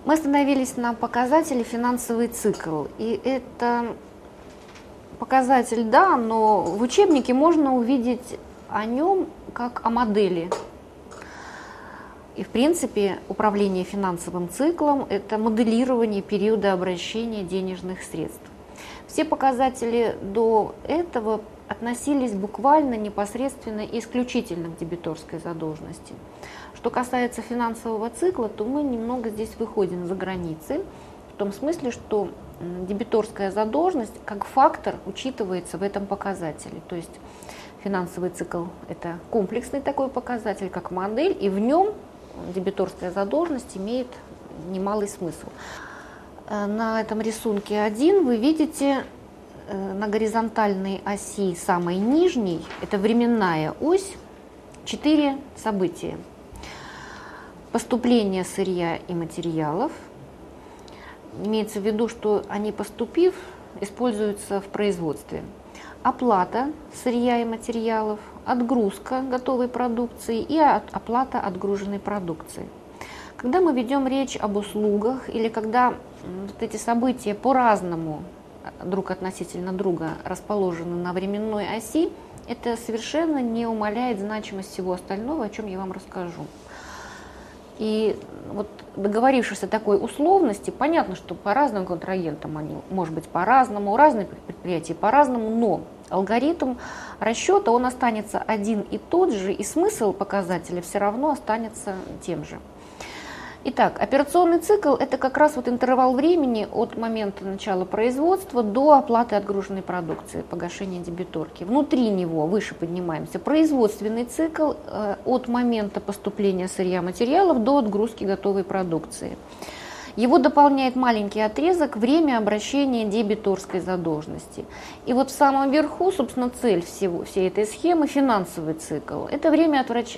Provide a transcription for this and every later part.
Мы остановились на показателе финансовый цикл. И это показатель, да, но в учебнике можно увидеть о нем как о модели. И, в принципе, управление финансовым циклом – это моделирование периода обращения денежных средств. Все показатели до этого относились буквально, непосредственно и исключительно к дебиторской задолженности. Что касается финансового цикла, то мы немного здесь выходим за границы, в том смысле, что дебиторская задолженность как фактор учитывается в этом показателе. То есть финансовый цикл – это комплексный такой показатель, как модель, и в нем дебиторская задолженность имеет немалый смысл. На этом рисунке 1 вы видите на горизонтальной оси, самой нижней, это временная ось, 4 события. Поступление сырья и материалов. Имеется в виду, что они, поступив, используются в производстве. Оплата сырья и материалов, отгрузка готовой продукции и оплата отгруженной продукции. Когда мы ведем речь об услугах или когда вот эти события по-разному друг относительно друга расположены на временной оси, это совершенно не умаляет значимость всего остального, о чем я вам расскажу. И вот договорившись о такой условности, понятно, что по разным контрагентам они, может быть, по-разному, у разных предприятий по-разному, но алгоритм расчета, он останется один и тот же, и смысл показателя все равно останется тем же. Итак, операционный цикл – это как раз вот интервал времени от момента начала производства до оплаты отгруженной продукции, погашения дебиторки. Внутри него, выше поднимаемся, производственный цикл от момента поступления сырья материалов до отгрузки готовой продукции. Его дополняет маленький отрезок время обращения дебиторской задолженности. И вот в самом верху, собственно, цель всей этой схемы – финансовый цикл. Это время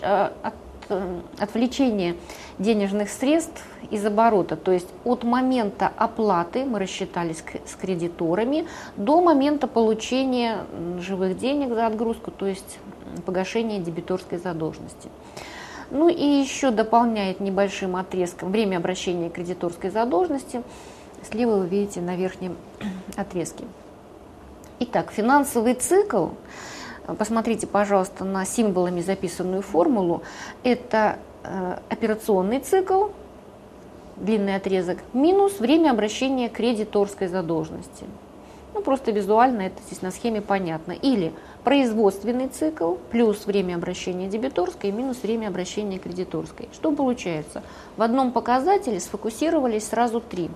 отвлечения денежных средств из оборота, то есть от момента оплаты, мы рассчитались с кредиторами, до момента получения живых денег за отгрузку, то есть погашения дебиторской задолженности. Ну и еще дополняет небольшим отрезком время обращения кредиторской задолженности. Слева вы видите на верхнем отрезке. Итак, финансовый цикл, посмотрите, пожалуйста, на символами записанную формулу, это операционный цикл, длинный отрезок, минус время обращения кредиторской задолженности. Ну, просто визуально это здесь на схеме понятно. Или производственный цикл плюс время обращения дебиторской минус время обращения кредиторской. Что получается? В одном показателе сфокусировались сразу 3.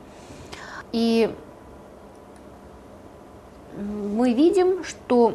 И мы видим, что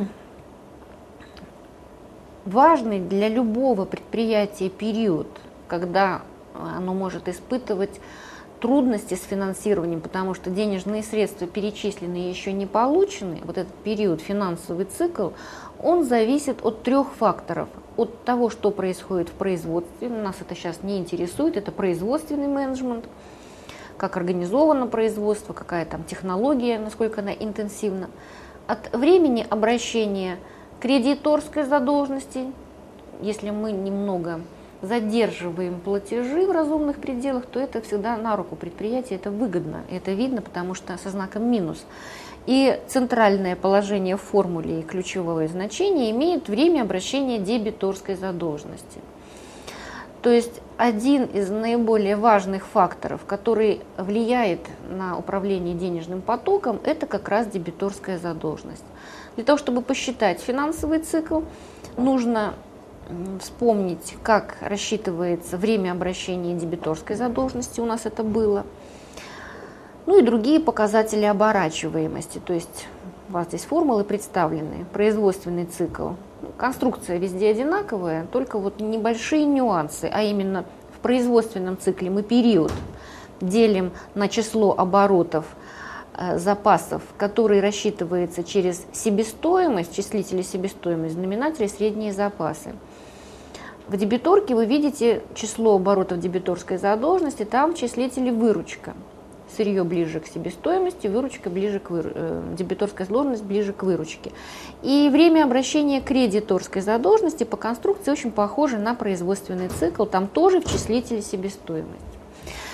важный для любого предприятия период, когда оно может испытывать трудности с финансированием, потому что денежные средства перечислены и еще не получены, вот этот период, финансовый цикл, он зависит от 3 факторов. От того, что происходит в производстве, нас это сейчас не интересует, это производственный менеджмент, как организовано производство, какая там технология, насколько она интенсивна. От времени обращения кредиторской задолженности, если мы немного задерживаем платежи в разумных пределах, то это всегда на руку предприятия, это выгодно, это видно, потому что со знаком минус. И центральное положение в формуле и ключевое значение имеет время обращения дебиторской задолженности. То есть один из наиболее важных факторов, который влияет на управление денежным потоком, это как раз дебиторская задолженность. Для того, чтобы посчитать финансовый цикл, нужно вспомнить, как рассчитывается время обращения дебиторской задолженности, у нас это было, ну и другие показатели оборачиваемости, то есть у вас здесь формулы представлены, производственный цикл, конструкция везде одинаковая, только вот небольшие нюансы, а именно в производственном цикле мы период делим на число оборотов запасов, который рассчитывается через себестоимость, числители себестоимость, в знаменателе средние запасы. В дебиторке вы видите число оборотов дебиторской задолженности, там в числителе выручка. Сырье ближе к себестоимости, выручка ближе к дебиторская задолженность ближе к выручке. И время обращения кредиторской задолженности по конструкции очень похоже на производственный цикл, там тоже в числителе себестоимость.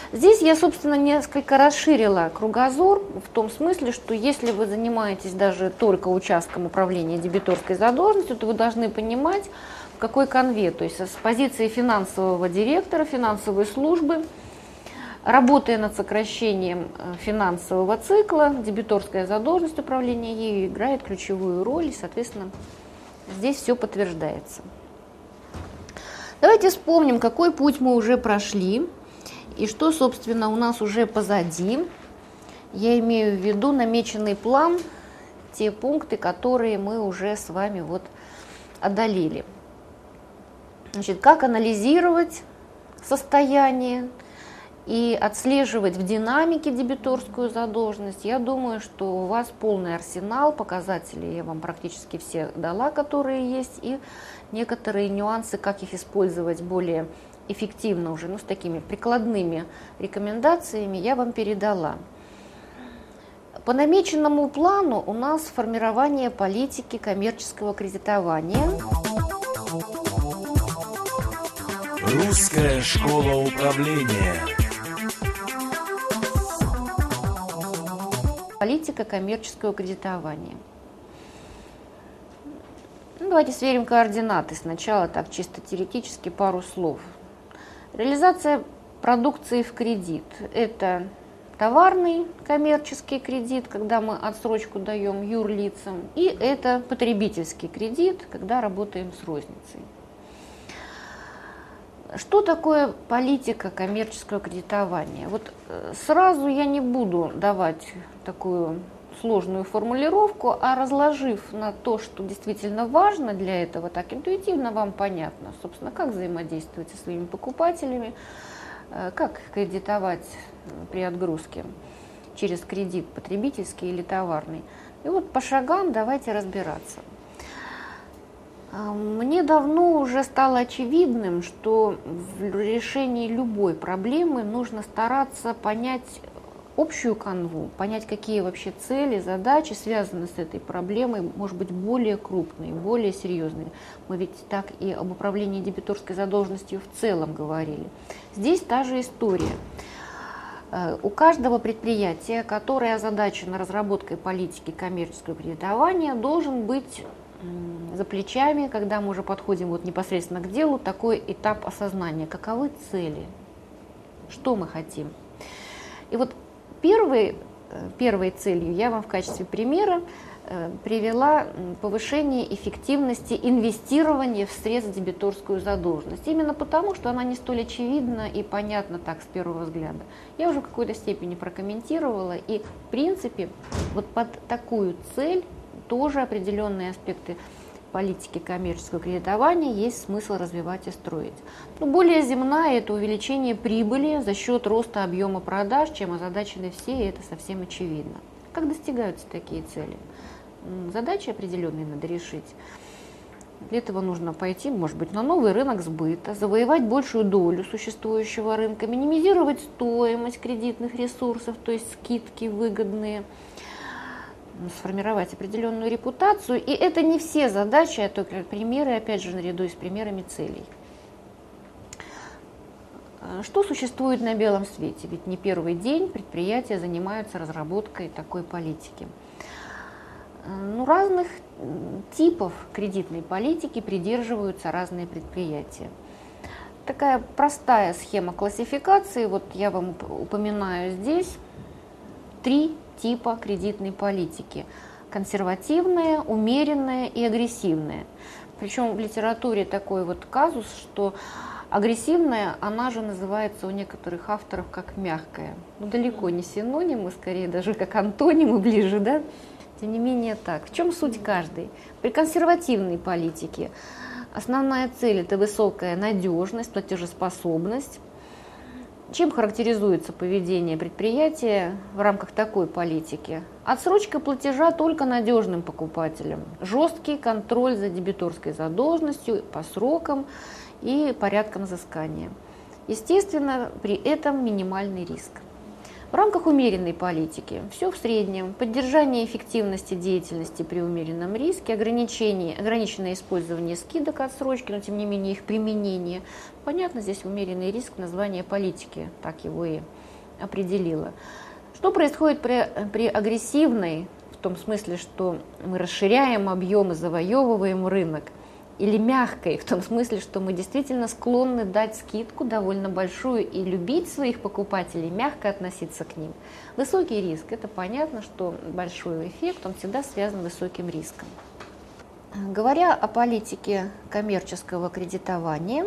Здесь я, собственно, несколько расширила кругозор в том смысле, что если вы занимаетесь даже только участком управления дебиторской задолженностью, то вы должны понимать, в какой конве, то есть с позиции финансового директора, финансовой службы, работая над сокращением финансового цикла, дебиторская задолженность управления ею играет ключевую роль, и, соответственно, здесь все подтверждается. Давайте вспомним, какой путь мы уже прошли и что, собственно, у нас уже позади. Я имею в виду намеченный план, те пункты, которые мы уже с вами одолели. Значит, как анализировать состояние и отслеживать в динамике дебиторскую задолженность. Я думаю, что у вас полный арсенал показателей, я вам практически все дала, которые есть, и некоторые нюансы, как их использовать более эффективно уже, с такими прикладными рекомендациями я вам передала. По намеченному плану у нас формирование политики коммерческого кредитования. Русская школа управления. Политика коммерческого кредитования. Давайте сверим координаты. Сначала так чисто теоретически пару слов. Реализация продукции в кредит. Это товарный коммерческий кредит, когда мы отсрочку даем юрлицам, и это потребительский кредит, когда работаем с розницей. Что такое политика коммерческого кредитования? Сразу я не буду давать такую сложную формулировку, а разложив на то, что действительно важно для этого, так интуитивно вам понятно, собственно, как взаимодействовать со своими покупателями, как кредитовать при отгрузке через кредит потребительский или товарный. И по шагам давайте разбираться. Мне давно уже стало очевидным, что в решении любой проблемы нужно стараться понять общую канву, понять, какие вообще цели, задачи связаны с этой проблемой, может быть, более крупные, более серьезные. Мы ведь так и об управлении дебиторской задолженностью в целом говорили. Здесь та же история. У каждого предприятия, которое озадачено разработкой политики коммерческого кредитования, должен быть за плечами, когда мы уже подходим непосредственно к делу, такой этап осознания, каковы цели, что мы хотим. И первой целью я вам в качестве примера привела повышение эффективности инвестирования в средств дебиторскую задолженность. Именно потому, что она не столь очевидна и понятна так с первого взгляда. Я уже в какой-то степени прокомментировала, и в принципе под такую цель тоже определенные аспекты политики коммерческого кредитования есть смысл развивать и строить. Более земная – это увеличение прибыли за счет роста объема продаж, чем озадачены все, и это совсем очевидно. Как достигаются такие цели? Задачи определенные надо решить. Для этого нужно пойти, может быть, на новый рынок сбыта, завоевать большую долю существующего рынка, минимизировать стоимость кредитных ресурсов, то есть скидки выгодные, сформировать определенную репутацию. И это не все задачи, а только примеры, опять же, наряду с примерами целей. Что существует на белом свете? Ведь не первый день предприятия занимаются разработкой такой политики. Разных типов кредитной политики придерживаются разные предприятия. Такая простая схема классификации, я вам упоминаю здесь 3 типа кредитной политики: консервативная, умеренная и агрессивная. Причем в литературе такой казус, что агрессивная, она же называется у некоторых авторов как мягкая. Далеко не синонимы, скорее даже как антонимы ближе, да? Тем не менее так. В чем суть каждой? При консервативной политике основная цель – это высокая надежность, платежеспособность. Чем характеризуется поведение предприятия в рамках такой политики? Отсрочка платежа только надежным покупателям, жесткий контроль за дебиторской задолженностью по срокам и порядкам взыскания. Естественно, при этом минимальный риск. В рамках умеренной политики все в среднем: поддержание эффективности деятельности при умеренном риске, ограниченное использование скидок отсрочки, но тем не менее их применение. Понятно, здесь умеренный риск, название политики, так его и определила. Что происходит при агрессивной, в том смысле, что мы расширяем объемы, завоевываем рынок, или мягкой, в том смысле, что мы действительно склонны дать скидку довольно большую и любить своих покупателей, мягко относиться к ним. Высокий риск, это понятно, что большой эффект, он всегда связан с высоким риском. Говоря о политике коммерческого кредитования,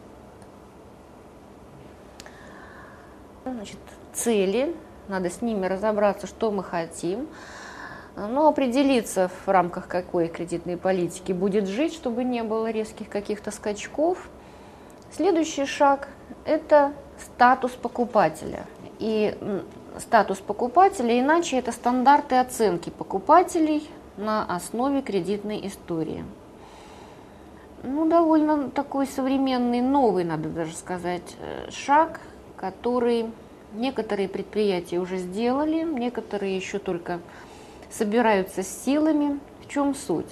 значит, цели, надо с ними разобраться, что мы хотим, но определиться, в рамках какой кредитной политики будет жить, чтобы не было резких каких-то скачков. Следующий шаг – это статус покупателя. И статус покупателя, иначе это стандарты оценки покупателей на основе кредитной истории. Довольно такой современный, новый, надо даже сказать, шаг, который некоторые предприятия уже сделали, некоторые еще только собираются с силами. В чем суть?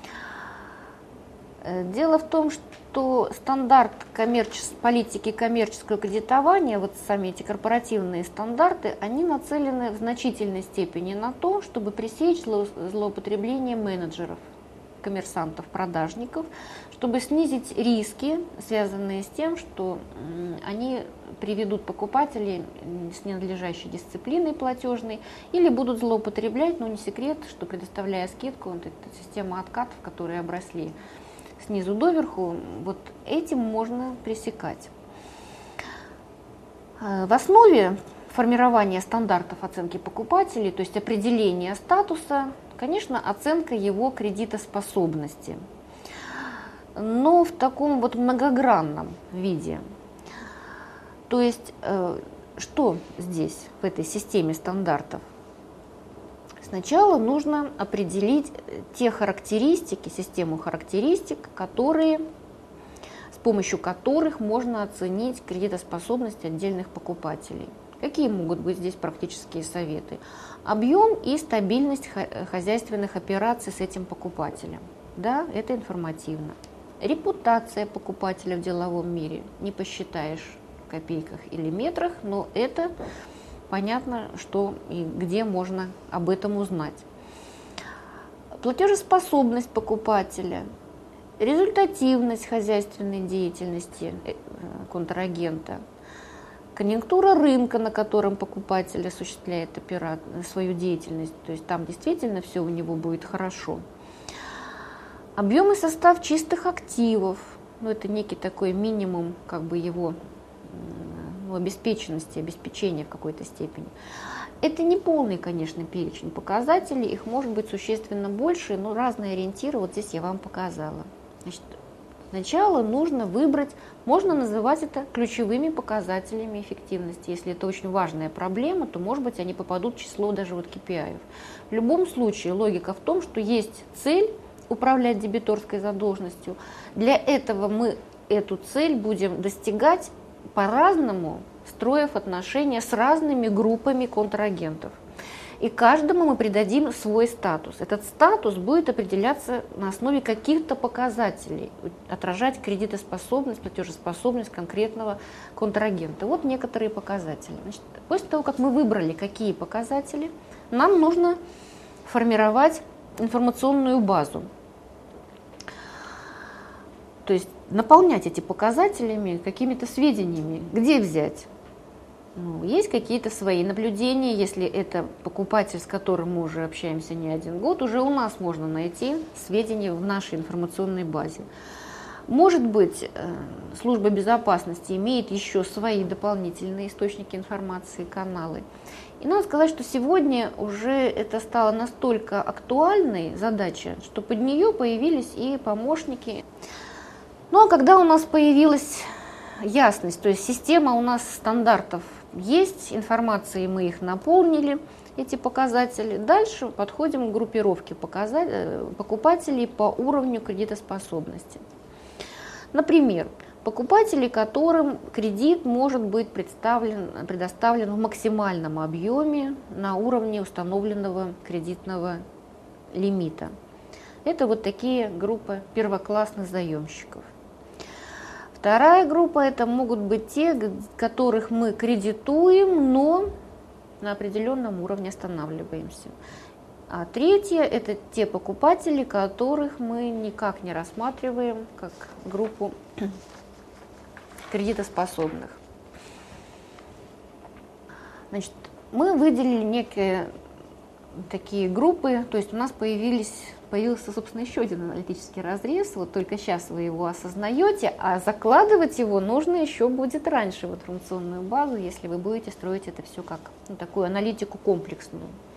Дело в том, что стандарт политики коммерческого кредитования, вот сами эти корпоративные стандарты, они нацелены в значительной степени на то, чтобы пресечь злоупотребление менеджеров, коммерсантов, продажников, чтобы снизить риски, связанные с тем, что они приведут покупателей с ненадлежащей дисциплиной платежной или будут злоупотреблять, но не секрет, что предоставляя скидку, вот эта система откатов, которые обросли снизу доверху, вот этим можно пресекать. В основе формирования стандартов оценки покупателей, то есть определения статуса, конечно, оценка его кредитоспособности, но в таком вот многогранном виде. То есть, что здесь, в этой системе стандартов? Сначала нужно определить те характеристики, систему характеристик, с помощью которых можно оценить кредитоспособность отдельных покупателей. Какие могут быть здесь практические советы? Объем и стабильность хозяйственных операций с этим покупателем. Да, это информативно. Репутация покупателя в деловом мире. Не посчитаешь в копейках или метрах, но это понятно, что и где можно об этом узнать. Платежеспособность покупателя, результативность хозяйственной деятельности контрагента, конъюнктура рынка, на котором покупатель осуществляет свою деятельность, то есть там действительно все у него будет хорошо. Объем и состав чистых активов, это некий такой минимум его обеспеченности, обеспечения в какой-то степени. Это не полный, конечно, перечень показателей, их может быть существенно больше, но разные ориентиры вот здесь я вам показала. Значит, сначала нужно выбрать, можно называть это ключевыми показателями эффективности. Если это очень важная проблема, то, может быть, они попадут в число даже KPI. В любом случае, логика в том, что есть цель управлять дебиторской задолженностью. Для этого мы эту цель будем достигать по-разному, строив отношения с разными группами контрагентов. И каждому мы придадим свой статус. Этот статус будет определяться на основе каких-то показателей, отражать кредитоспособность, платежеспособность конкретного контрагента. Вот некоторые показатели. Значит, после того, как мы выбрали, какие показатели, нам нужно формировать информационную базу. То есть наполнять эти показателями какими-то сведениями. Где взять? Есть какие-то свои наблюдения, если это покупатель, с которым мы уже общаемся не один год, уже у нас можно найти сведения в нашей информационной базе. Может быть, служба безопасности имеет еще свои дополнительные источники информации, каналы. И надо сказать, что сегодня уже это стало настолько актуальной задачей, что под нее появились и помощники. Ну а когда у нас появилась ясность, то есть система у нас стандартов есть, информацией мы их наполнили, эти показатели, дальше подходим к группировке покупателей по уровню кредитоспособности. Например, покупатели, которым кредит может быть предоставлен в максимальном объеме на уровне установленного кредитного лимита. Это вот такие группы первоклассных заемщиков. Вторая группа – это могут быть те, которых мы кредитуем, но на определенном уровне останавливаемся. А третье – это те покупатели, которых мы никак не рассматриваем как группу кредитоспособных. Значит, мы выделили некие такие группы, то есть у нас появился, собственно, еще один аналитический разрез, вот только сейчас вы его осознаете, а закладывать его нужно еще будет раньше в информационную базу, если вы будете строить это все как такую аналитику комплексную.